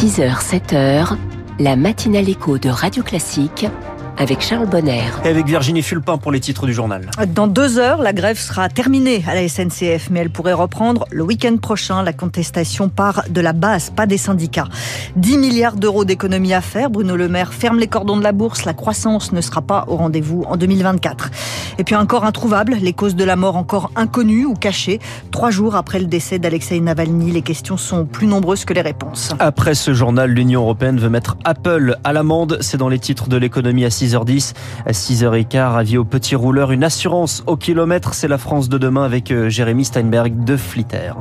6h, 7h, la matinale écho de Radio Classique avec Charles Bonner. Et avec Virginie Fulpin pour les titres du journal. Dans 2 heures, la grève sera terminée à la SNCF, mais elle pourrait reprendre le week-end prochain. La contestation part de la base, pas des syndicats. 10 milliards d'euros d'économies à faire. Bruno Le Maire ferme les cordons de la bourse. La croissance ne sera pas au rendez-vous en 2024. Et puis encore introuvable, les causes de la mort encore inconnues ou cachées. 3 jours après le décès d'Alexeï Navalny, les questions sont plus nombreuses que les réponses. Après ce journal, l'Union européenne veut mettre Apple à l'amende. C'est dans les titres de l'économie à 6h10. À 6h15, avis aux petits rouleurs, une assurance au kilomètre. C'est la France de demain avec Jérémy Steinberg de Flitter.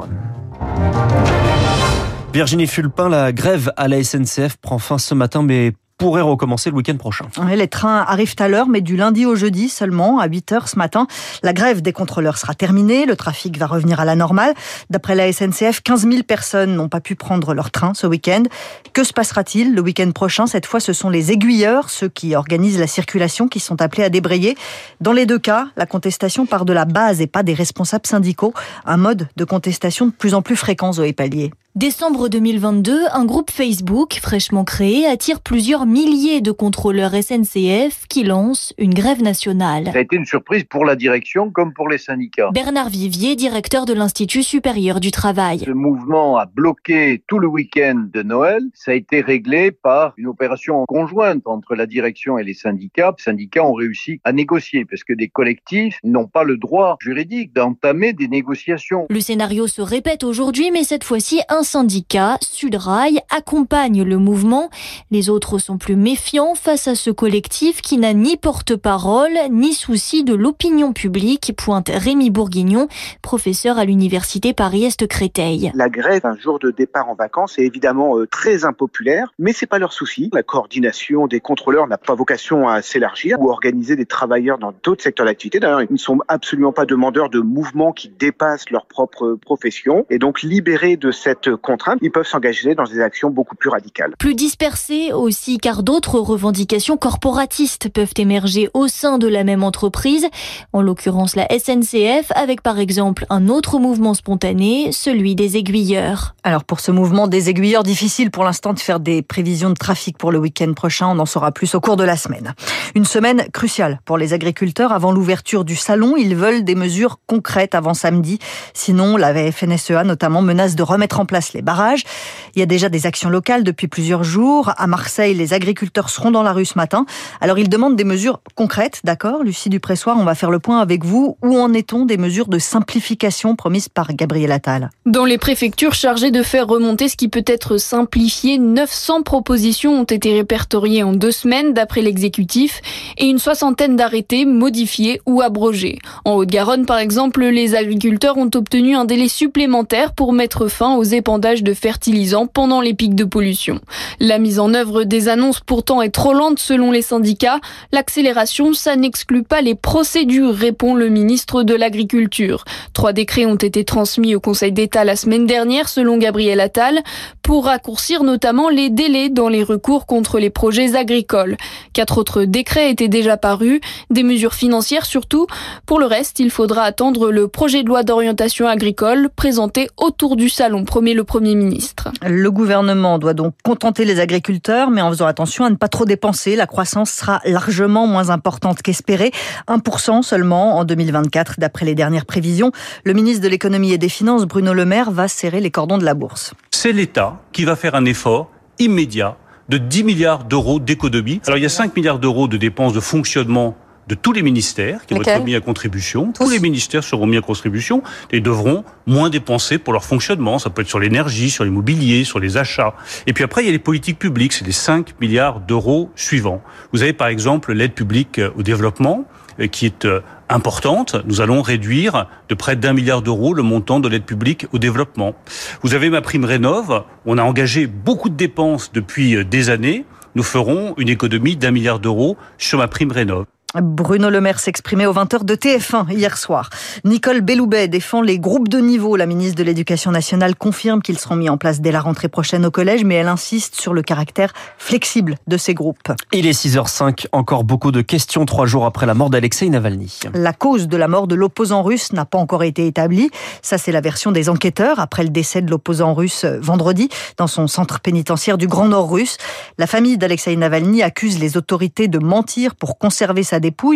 Virginie Fulpin, la grève à la SNCF prend fin ce matin, mais pourrait recommencer le week-end prochain. Les trains arrivent à l'heure, mais du lundi au jeudi seulement, à 8h ce matin. La grève des contrôleurs sera terminée, le trafic va revenir à la normale. D'après la SNCF, 15 000 personnes n'ont pas pu prendre leur train ce week-end. Que se passera-t-il le week-end prochain? Cette fois, ce sont les aiguilleurs, ceux qui organisent la circulation, qui sont appelés à débrayer. Dans les deux cas, la contestation part de la base et pas des responsables syndicaux. Un mode de contestation de plus en plus fréquent, Zoé Pallier. Décembre 2022, un groupe Facebook fraîchement créé attire plusieurs milliers de contrôleurs SNCF qui lancent une grève nationale. Ça a été une surprise pour la direction comme pour les syndicats. Bernard Vivier, directeur de l'Institut supérieur du travail. Ce mouvement a bloqué tout le week-end de Noël. Ça a été réglé par une opération conjointe entre la direction et les syndicats. Les syndicats ont réussi à négocier parce que des collectifs n'ont pas le droit juridique d'entamer des négociations. Le scénario se répète aujourd'hui, mais cette fois-ci, un syndicat, Sudrail, accompagne le mouvement. Les autres sont plus méfiants face à ce collectif qui n'a ni porte-parole, ni souci de l'opinion publique, pointe Rémi Bourguignon, professeur à l'université Paris-Est Créteil. La grève, un jour de départ en vacances, est évidemment très impopulaire, mais c'est pas leur souci. La coordination des contrôleurs n'a pas vocation à s'élargir ou à organiser des travailleurs dans d'autres secteurs d'activité. D'ailleurs, ils ne sont absolument pas demandeurs de mouvements qui dépassent leur propre profession. Et donc, libérés de cette contrainte, ils peuvent s'engager dans des actions beaucoup plus radicales. Plus dispersés aussi, car d'autres revendications corporatistes peuvent émerger au sein de la même entreprise, en l'occurrence la SNCF, avec par exemple un autre mouvement spontané, celui des aiguilleurs. Alors pour ce mouvement des aiguilleurs, difficile pour l'instant de faire des prévisions de trafic pour le week-end prochain, on en saura plus au cours de la semaine. Une semaine cruciale pour les agriculteurs avant l'ouverture du salon, ils veulent des mesures concrètes avant samedi, sinon la FNSEA notamment menace de remettre en place les barrages. Il y a déjà des actions locales depuis plusieurs jours. À Marseille, les agriculteurs seront dans la rue ce matin. Alors, ils demandent des mesures concrètes, d'accord? Lucie Dupressoir, on va faire le point avec vous. Où en est-on des mesures de simplification promises par Gabriel Attal? Dans les préfectures chargées de faire remonter ce qui peut être simplifié, 900 propositions ont été répertoriées en 2 semaines d'après l'exécutif et une 60aine d'arrêtés modifiés ou abrogés. En Haute-Garonne, par exemple, les agriculteurs ont obtenu un délai supplémentaire pour mettre fin aux épandage de fertilisants pendant les pics de pollution. La mise en œuvre des annonces pourtant est trop lente selon les syndicats. L'accélération, ça n'exclut pas les procédures, répond le ministre de l'Agriculture. 3 décrets ont été transmis au Conseil d'État la semaine dernière selon Gabriel Attal pour raccourcir notamment les délais dans les recours contre les projets agricoles. 4 autres décrets étaient déjà parus, des mesures financières surtout. Pour le reste, il faudra attendre le projet de loi d'orientation agricole présenté autour du salon, promet le Premier ministre. Le gouvernement doit donc contenter les agriculteurs, mais en faisant attention à ne pas trop dépenser. La croissance sera largement moins importante qu'espéré. 1% seulement en 2024, d'après les dernières prévisions. Le ministre de l'économie et des finances, Bruno Le Maire, va serrer les cordons de la bourse. C'est l'État qui va faire un effort immédiat de 10 milliards d'euros d'économie. Alors il y a 5 milliards d'euros de dépenses de fonctionnement de tous les ministères qui vont être mis à contribution. Tous les ministères seront mis à contribution et devront moins dépenser pour leur fonctionnement. Ça peut être sur l'énergie, sur l'immobilier, sur les achats. Et puis après, il y a les politiques publiques. C'est les 5 milliards d'euros suivants. Vous avez par exemple l'aide publique au développement qui est importante. Nous allons réduire de près d'1 milliard d'euros le montant de l'aide publique au développement. Vous avez MaPrimeRénov'. On a engagé beaucoup de dépenses depuis des années. Nous ferons une économie d'1 milliard d'euros sur MaPrimeRénov'. Bruno Le Maire s'exprimait aux 20h de TF1 hier soir. Nicole Belloubet défend les groupes de niveau. La ministre de l'Éducation nationale confirme qu'ils seront mis en place dès la rentrée prochaine au collège, mais elle insiste sur le caractère flexible de ces groupes. Il est 6h05, encore beaucoup de questions 3 jours après la mort d'Alexeï Navalny. La cause de la mort de l'opposant russe n'a pas encore été établie. Ça, c'est la version des enquêteurs après le décès de l'opposant russe vendredi dans son centre pénitentiaire du Grand Nord russe. La famille d'Alexeï Navalny accuse les autorités de mentir pour conserver sa dépouille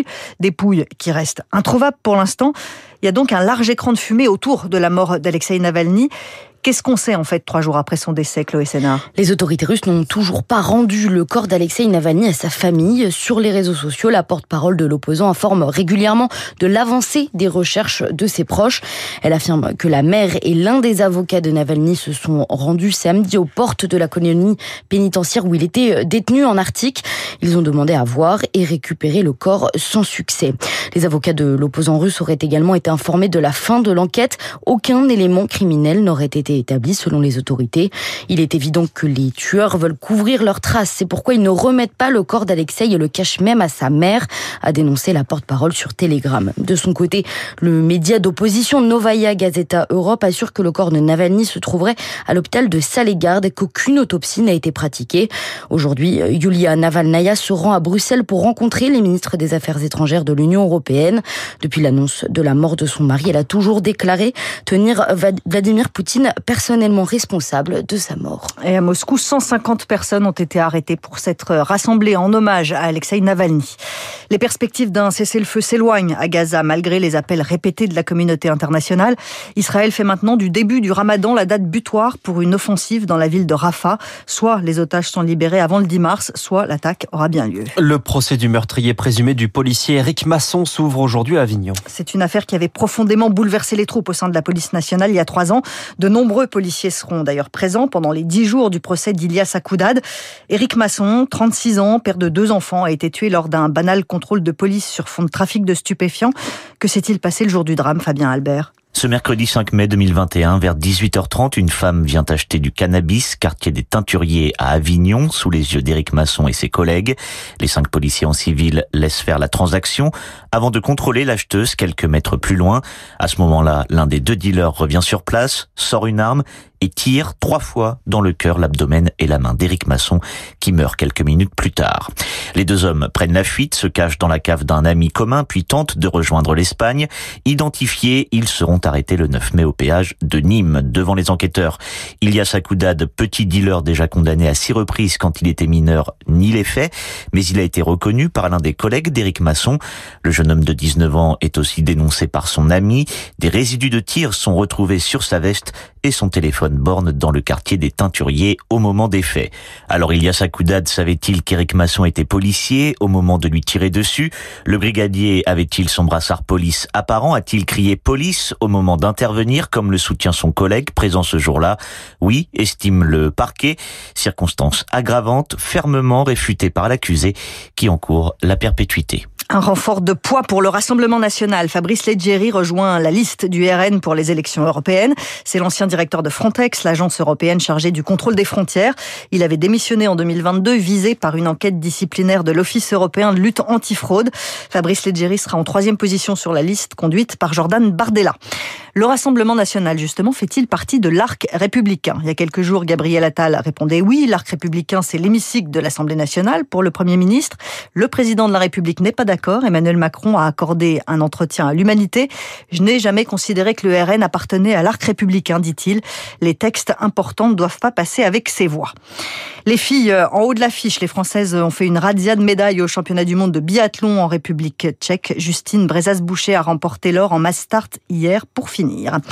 qui reste introuvable pour l'instant. Il y a donc un large écran de fumée autour de la mort d'Alexeï Navalny. Qu'est-ce qu'on sait en fait 3 jours après son décès, Chloé Sénard ? Les autorités russes n'ont toujours pas rendu le corps d'Alexeï Navalny à sa famille. Sur les réseaux sociaux, la porte-parole de l'opposant informe régulièrement de l'avancée des recherches de ses proches. Elle affirme que la mère et l'un des avocats de Navalny se sont rendus samedi aux portes de la colonie pénitentiaire où il était détenu en Arctique. Ils ont demandé à voir et récupérer le corps sans succès. Les avocats de l'opposant russe auraient également été informés de la fin de l'enquête. Aucun élément criminel n'aurait été établi selon les autorités. Il est évident que les tueurs veulent couvrir leurs traces. C'est pourquoi ils ne remettent pas le corps d'Alexeï et le cachent même à sa mère, a dénoncé la porte-parole sur Telegram. De son côté, le média d'opposition Novaya Gazeta Europe assure que le corps de Navalny se trouverait à l'hôpital de Salégarde et qu'aucune autopsie n'a été pratiquée. Aujourd'hui, Yulia Navalnaya se rend à Bruxelles pour rencontrer les ministres des Affaires étrangères de l'Union européenne. Depuis l'annonce de la mort de son mari, elle a toujours déclaré tenir Vladimir Poutine personnellement responsable de sa mort. Et à Moscou, 150 personnes ont été arrêtées pour s'être rassemblées en hommage à Alexeï Navalny. Les perspectives d'un cessez-le-feu s'éloignent à Gaza, malgré les appels répétés de la communauté internationale. Israël fait maintenant du début du Ramadan la date butoir pour une offensive dans la ville de Rafah. Soit les otages sont libérés avant le 10 mars, soit l'attaque aura bien lieu. Le procès du meurtrier présumé du policier Éric Masson s'ouvre aujourd'hui à Avignon. C'est une affaire qui avait profondément bouleversé les troupes au sein de la police nationale il y a 3 ans. De nombreux policiers seront d'ailleurs présents pendant les 10 jours du procès d'Ilias Akoudad. Éric Masson, 36 ans, père de 2 enfants, a été tué lors d'un banal contrôle de police sur fond de trafic de stupéfiants. Que s'est-il passé le jour du drame, Fabien Albert ? Ce mercredi 5 mai 2021, vers 18h30, une femme vient acheter du cannabis, quartier des Teinturiers à Avignon, sous les yeux d'Éric Masson et ses collègues. Les 5 policiers en civil laissent faire la transaction avant de contrôler l'acheteuse quelques mètres plus loin. À ce moment-là, l'un des 2 dealers revient sur place, sort une arme et tire 3 fois dans le cœur, l'abdomen et la main d'Éric Masson, qui meurt quelques minutes plus tard. Les 2 hommes prennent la fuite, se cachent dans la cave d'un ami commun, puis tentent de rejoindre l'Espagne. Identifiés, ils seront arrêtés le 9 mai au péage de Nîmes, devant les enquêteurs. Ilias Akoudad, petit dealer déjà condamné à 6 reprises quand il était mineur, nie les faits, mais il a été reconnu par l'un des collègues d'Éric Masson. Le jeune homme de 19 ans est aussi dénoncé par son ami. Des résidus de tir sont retrouvés sur sa veste et son téléphone borne dans le quartier des Teinturiers au moment des faits. Alors Ilias Akoudad savait-il qu'Éric Masson était policier au moment de lui tirer dessus? Le brigadier avait-il son brassard police apparent? A-t-il crié police au moment d'intervenir, comme le soutient son collègue présent ce jour-là? Oui, estime le parquet. Circonstance aggravante, fermement réfutée par l'accusé, qui encourt la perpétuité. Un renfort de poids pour le Rassemblement national. Fabrice Leggeri rejoint la liste du RN pour les élections européennes. C'est l'ancien directeur de Frontex, l'agence européenne chargée du contrôle des frontières. Il avait démissionné en 2022, visé par une enquête disciplinaire de l'Office européen de lutte antifraude. Fabrice Leggeri sera en 3e position sur la liste conduite par Jordan Bardella. Le Rassemblement national, justement, fait-il partie de l'arc républicain? Il y a quelques jours, Gabriel Attal répondait oui. L'arc républicain, c'est l'hémicycle de l'Assemblée nationale pour le Premier ministre. Le président de la République n'est pas d'accord. Emmanuel Macron a accordé un entretien à l'Humanité. Je n'ai jamais considéré que le RN appartenait à l'arc républicain, dit-il. Les textes importants ne doivent pas passer avec ses voix. Les filles en haut de l'affiche, les Françaises ont fait une razzia de médailles au championnat du monde de biathlon en République tchèque. Justine Brezas-Boucher a remporté l'or en mass start hier pour finir.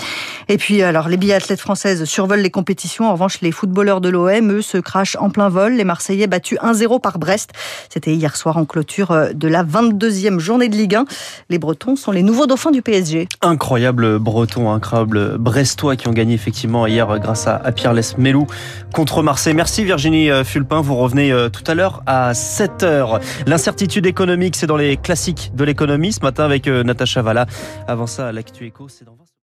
Et puis, alors, les biathlètes françaises survolent les compétitions. En revanche, les footballeurs de l'OM, eux, se crachent en plein vol. Les Marseillais battus 1-0 par Brest. C'était hier soir en clôture de la 22e journée de Ligue 1. Les Bretons sont les nouveaux dauphins du PSG. Incroyable Breton, incroyable Brestois qui ont gagné effectivement hier grâce à Pierre Lesmelou contre Marseille. Merci Virginie Fulpin. Vous revenez tout à l'heure à 7h. L'incertitude économique, c'est dans les classiques de l'économie. Ce matin avec Natacha Valla. Avant ça, l'actu éco, c'est dans 20